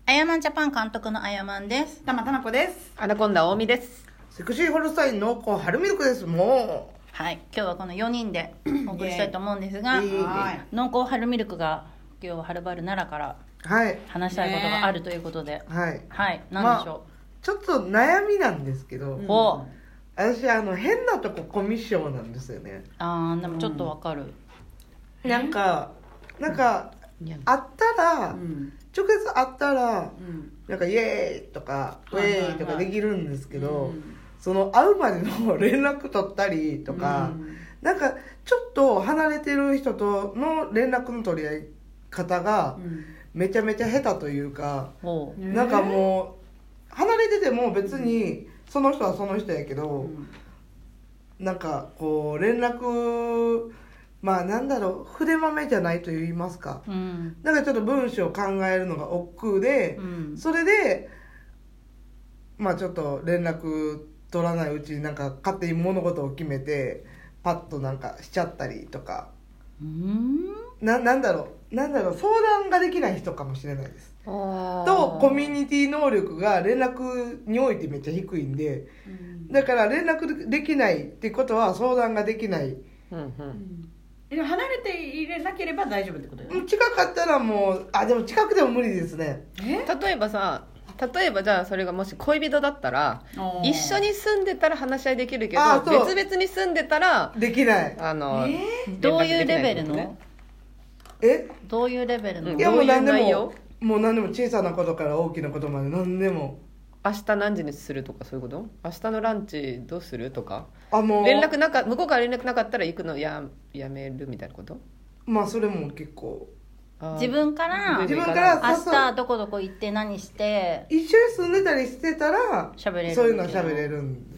アヤマンジャパン監督のアヤマンです。 玉田奈子です。 アナコンダ大見です。 セクシーホルスタイン濃厚春ミルクです。もうはい、今日はこの4人でお送りしたいと思うんですが、濃厚春ミルクが今日ははるばる奈良から話したいことがあるということで、 はい、 はい、何でしょう。 ちょっと悩みなんですけど、私変なとこコミュ障なんですよね。 あー、でもちょっとわかる。 なんかあったら、直接会ったら、なんかイエーイとかウェーイとかできるんですけど、その会うまでの連絡取ったりとか、なんかちょっと離れてる人との連絡の取り合い方がめちゃめちゃ下手というか、なんかもう離れてても別にその人はその人やけど、なんかこう連絡なんだろう、筆豆じゃないと言いますか、なんかちょっと文章を考えるのが億劫で、それでちょっと連絡取らないうちになんか勝手に物事を決めてパッとなんかしちゃったりとか、なんだろう相談ができない人かもしれないです。とコミュニティ能力が連絡においてめっちゃ低いんで、だから連絡できないってことは相談ができない、 離れていれなければ大丈夫ってことよね。 近かったらもうでも近くでも無理ですね。 例えばじゃあそれがもし恋人だったら一緒に住んでたら話し合いできるけど、別々に住んでたらできない。 どういうレベルの？どういうレベルの？ いやもう何でも小さなことから大きなことまで何でも。 明日何時にするとかそういうこと？明日のランチどうするとか、 もう向こうから連絡なかったら行くのやめるみたいなこと？ それも結構自分から明日どこどこ行って何して一緒に住んでたりしてたら喋れる、 そういうのは喋れるんです。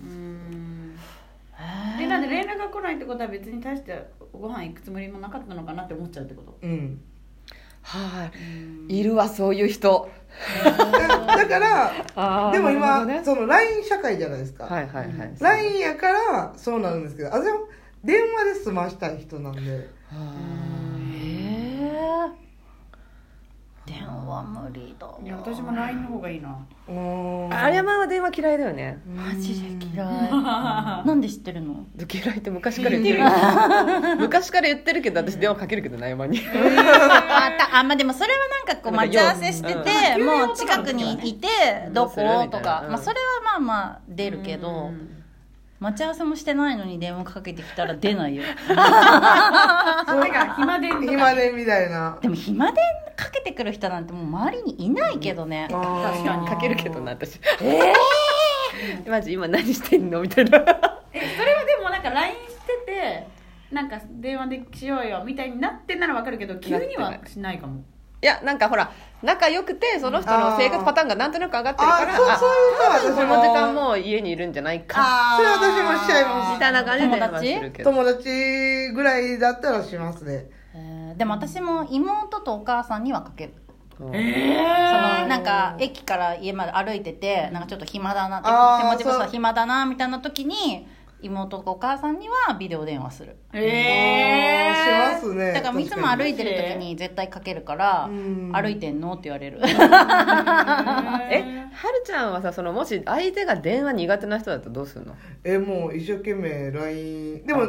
なんで連絡が来ないってことは別に対してご飯行くつもりもなかったのかなって思っちゃうってこと？ いるわそういう人。 だからでも今、その LINE 社会じゃないですか。LINE やからそうなるんですけど、私も電話で済ましたい人なんで。 電話無理だ。 いや私も LINE の方がいいな。 あれは電話嫌いだよね。 マジで嫌い。なんで知ってるの？ 嫌いって昔から言ってる。昔から言ってるけど、私電話かけるけどな、山に。 でもそれはなんかこう待ち合わせしてて、もう近くにいてどことか、それは出るけど、待ち合わせもしてないのに電話かけてきたら出ないよ。 なんか暇電みたいな。 でも暇電かけてくる人なんてもう周りにいないけどね。 確かにかけるけどな、私。マジ今何してんのみたいな。それはでもなんか LINE しててなんか電話でしようよみたいになってんならわかるけど、急にはしないかも。 いやなんかほら仲良くてその人の生活パターンがなんとなく上がってるからそういうその時間も家にいるんじゃないか、 それ私もしちゃいますみたいな感じで電話するけど、 友達ぐらいだったらしますね。 でも私も妹とお母さんにはかける。そのなんか駅から家まで歩いててなんかちょっと暇だな、手持ち無沙汰暇だなみたいな時に妹とお母さんにはビデオ電話する。 しますね。 だからいつも歩いてる時に絶対かけるから歩いてんのって言われる。 はるちゃんはさ、もし相手が電話苦手な人だとどうするの？ もう一生懸命 LINE でも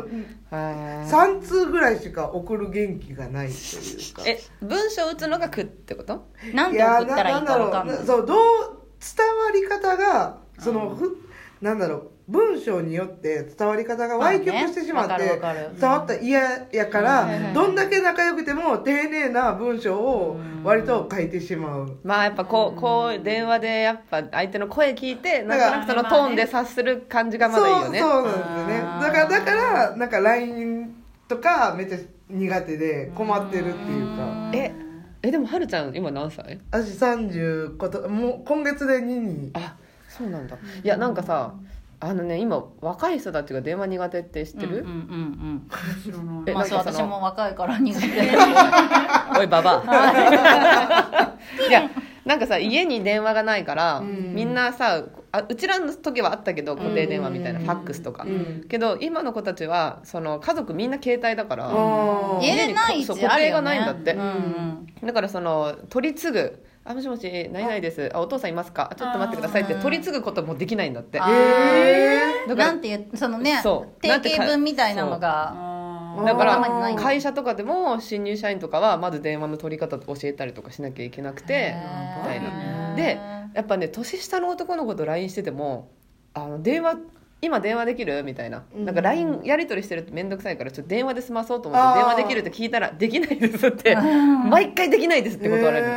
3通ぐらいしか送る元気がないというか。 文章打つのが苦ってこと？ なんて送ったらいいか分かんない。 そう、どう伝わり方がなんだろう、文章によって伝わり方が歪曲してしまって伝わったら嫌やから、どんだけ仲良くても丁寧な文章を割と書いてしまう。 やっぱこう電話でやっぱ相手の声聞いてなんとなくそのトーンで察する感じがまだいいよね。 そうなんですよね。だからなんか LINE とかめっちゃ苦手で困ってるっていうか。 でもはるちゃん今何歳？ 私30もう今月で2に。 そうなんだ。いやなんかさ、今若い人たちが電話苦手って知ってる？ 知らない。 私も若いから苦手。 おいババア。いやなんかさ、家に電話がないから、みんなさ、うちらの時はあったけど固定電話みたいな、ファックスとか、けど今の子たちはその家族みんな携帯だから家に固定がないんだって、 だから取り継ぐもしもし何々ですお父さんいますかちょっと待ってくださいって取り継ぐこともできないんだってだからなんていうそのね定型文みたいなのがだから会社とかでも新入社員とかはまず電話の取り方教えたりとかしなきゃいけなくてみたいなでやっぱね年下の男の子と LINE してても今電話できるみたいな、なんか LINE やり取りしてるって面倒くさいからちょっと電話で済まそうと思って電話できるって聞いたらできないですって毎回できないですってこと言われる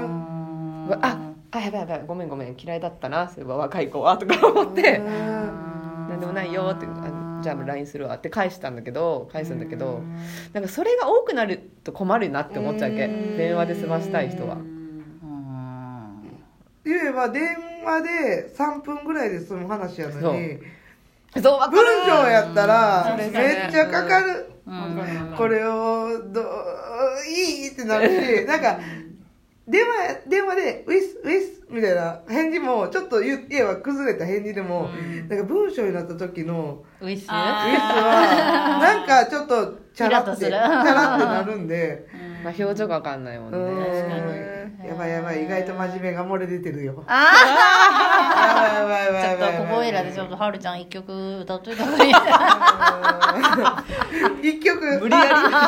やばいごめん嫌いだったなそういえば若い子はとか思ってなんでもないよってじゃあ LINE するわって返すんだけどなんかそれが多くなると困るなって思っちゃうわけ電話で済ましたい人は言えば電話で3分ぐらいで済む話やのに文章やったらめっちゃかかる、これをいいってなるしなんか電話でウィスみたいな返事もちょっと言えば崩れた返事でも、なんか文章になった時のウィスはなんかちょっとチャラってなるんで、 まあ、表情が分かんないもんね。 確かにやばい意外と真面目が漏れ出てるよ。 やばいちょっとここいらでちょっとはるちゃん一曲歌っといた方がいい一曲無理や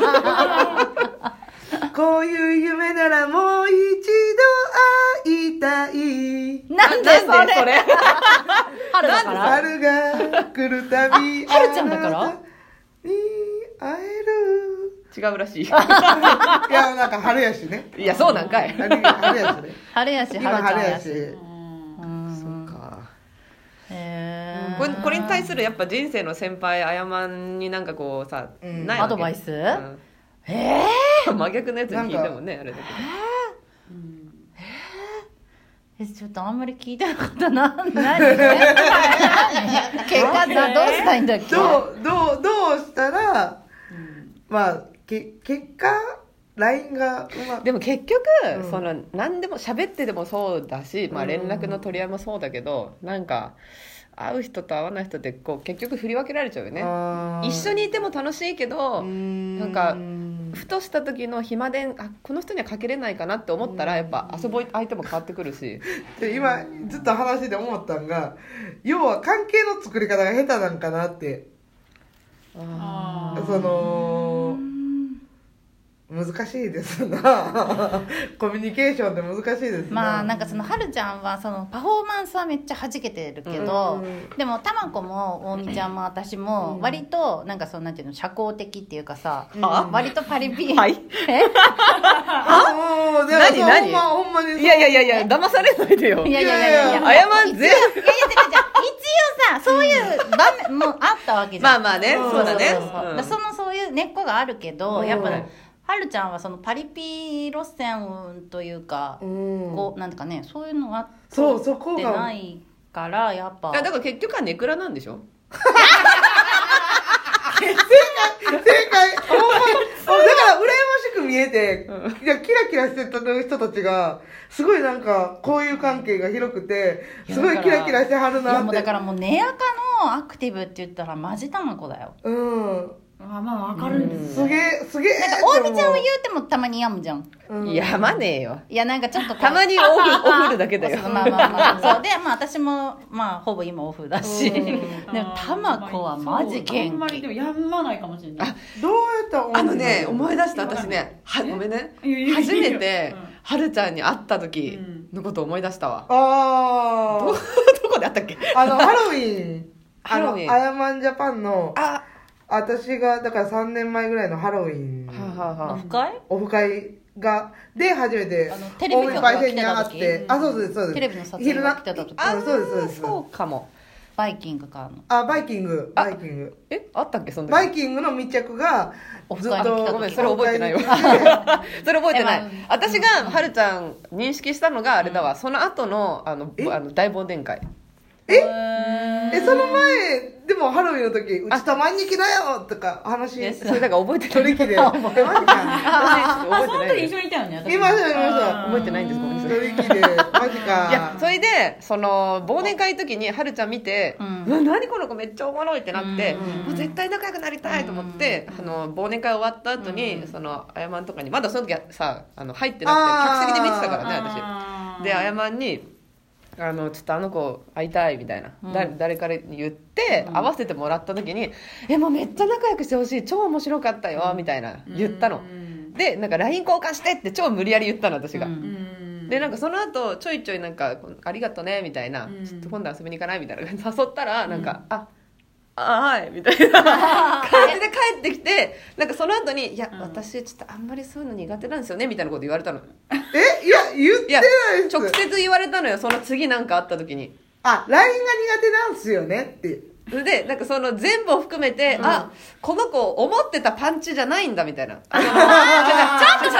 りこういう夢ならもう一度会いたい。 なんでそれ春だから春が来るたびはるちゃんだからに会える。 違うらしい。いやなんか春やしね。 いやそうなんかい。 春やしね。 春やし今春やし。 そっか。 へこれに対するやっぱ人生の先輩あやまんになんかこうさ、ないアドバイス？ 真逆のやつに聞いてもねあれだけど。 ちょっとあんまり聞いてなかったな。何？結果どうしたいんだっけ？ どうしたらまあ結果 LINE がでも結局、その何でも喋ってでもそうだし、まあ、連絡の取り合いもそうだけど、なんか会う人と会わない人ってこう結局振り分けられちゃうよね。一緒にいても楽しいけどなんかふとした時の暇でこの人にはかけれないかなって思ったらやっぱ遊ぶ相手も変わってくるしで今ずっと話で思ったんが要は関係の作り方が下手なんかなって。その難しいですなコミュニケーションって難しいですな。 まあなんかそのはるちゃんはそのパフォーマンスはめっちゃ弾けてるけど、でもたまこも大見ちゃんも私も割となんかそのなんていうの社交的っていうかさ、割とパリピはい何ほんまにいや騙されないでよ。 いやあやまん全一応さそういう場面もあったわけじゃん。 まあねそうだね。 そういう根っこがあるけどやっぱはるちゃんはそのパリピ路線というか、こうなんていうかねそういうのは通ってないからやっぱだから結局はネクラなんでしょ。 正解だから羨ましく見えて、いやキラキラしてる人たちがすごいなんかこういう関係が広くてすごいキラキラしてはるなって。いやもうだからもうネアカのアクティブって言ったらマジたまこだよ。 まあ分かるんです、 すげえなんか大見ちゃんは言うてもたまに病むじゃん。 やまねえよ。 いやなんかちょっとたまにオフるだけだよ。 まあそうでまあ私もまあほぼ今オフだし、でもたまこはマジ元気。 あんまりでもやまないかもしれない。 どうやった思い出した私ねごめんね初めてはるちゃんに会った時のことを思い出したわ。どこで会ったっけ？ ハロウィンアヤマンジャパンの私がだから3年前ぐらいのハロウィンオフ会がで初めてテレビ局が来てた時、 そうですテレビの撮影が来てた時、 そうかも。 バイキングからのバイキングあったっけそんなバイキングの密着がずっとごめんそれ覚えてないわ。それ覚えてない。私がはるちゃん認識したのがあれだわ。その後の大忘年会。 その前でもハロウィンの時うちたまに来だよとか話それだから覚えてない。 取り木でマジか。 その時一緒にいたよね。 いました覚えてないんです。ごめんなさい。 取り木でマジか。 いやそれでその忘年会の時にはるちゃん見て何この子めっちゃおもろいってなってもう絶対仲良くなりたいと思って忘年会終わった後にそのあやまんとかにまだその時さ入ってなくて客席で見てたからね私。 であやまんにちょっとあの子会いたいみたいな、誰からに言って会わせてもらった時にもうめっちゃ仲良くしてほしい、超面白かったよみたいな言ったの、でなんか LINE 交換してって超無理やり言ったの私が、でなんかその後ちょいちょいなんかありがとねみたいな、ちょっと今度遊びに行かないみたいな感じで誘ったらなんか、はいみたいな感じで帰ってきて、なんかその後にいや、私ちょっとあんまりそういうの苦手なんですよねみたいなこと言われたの。 いや言ってないです。 直接言われたのよ、その次なんかあった時に。 LINE が苦手なんすよねって。 でなんかその全部を含めて、この子思ってたパンチじゃないんだみたいな。ちょっとそれ大丈夫、 そういう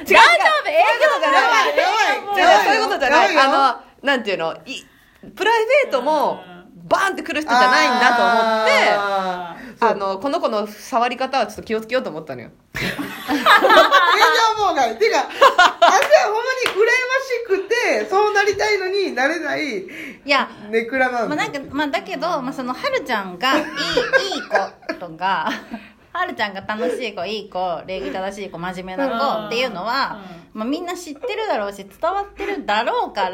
ことじゃない。なんていうの、プライベートもバーンって来る人じゃないんだと思って、この子の触り方はちょっと気をつけようと思ったのよ。 現状妨害てか、あんたはほんまに羨ましくてそうなりたいのになれない、 いやネクラなんなんかだけど、そのはるちゃんがいい子とかはるちゃんが楽しい子、いい子、礼儀正しい子、真面目な子っていうのは、みんな知ってるだろうし伝わってるだろうから、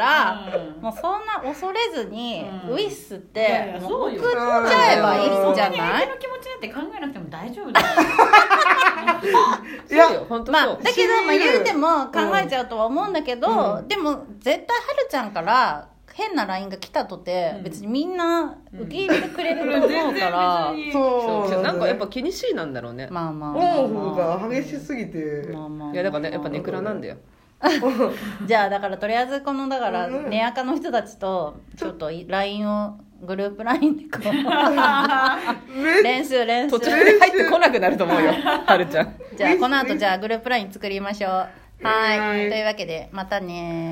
もうそんな恐れずに、ウィスって送っちゃえばいいんじゃない？ 相手の気持ちなんて考えなくても大丈夫だよ。 いや本当そう。 だけど言うても考えちゃうとは思うんだけど、でも絶対はるちゃんから変な LINE が来たとて、別にみんな受け入れてくれると思うから、 そうなんかやっぱ気にしいなんだろうね。 オンが激しすぎて、 いやだからね、やっぱネクラなんだよ。 じゃあだからとりあえずこのだからネアカの人たちとちょっと LINE をグループ LINE でこう練習途中で入ってこなくなると思うよ、はるちゃん。 じゃあこの後じゃあグループ LINE 作りましょう。はい、というわけでまたね。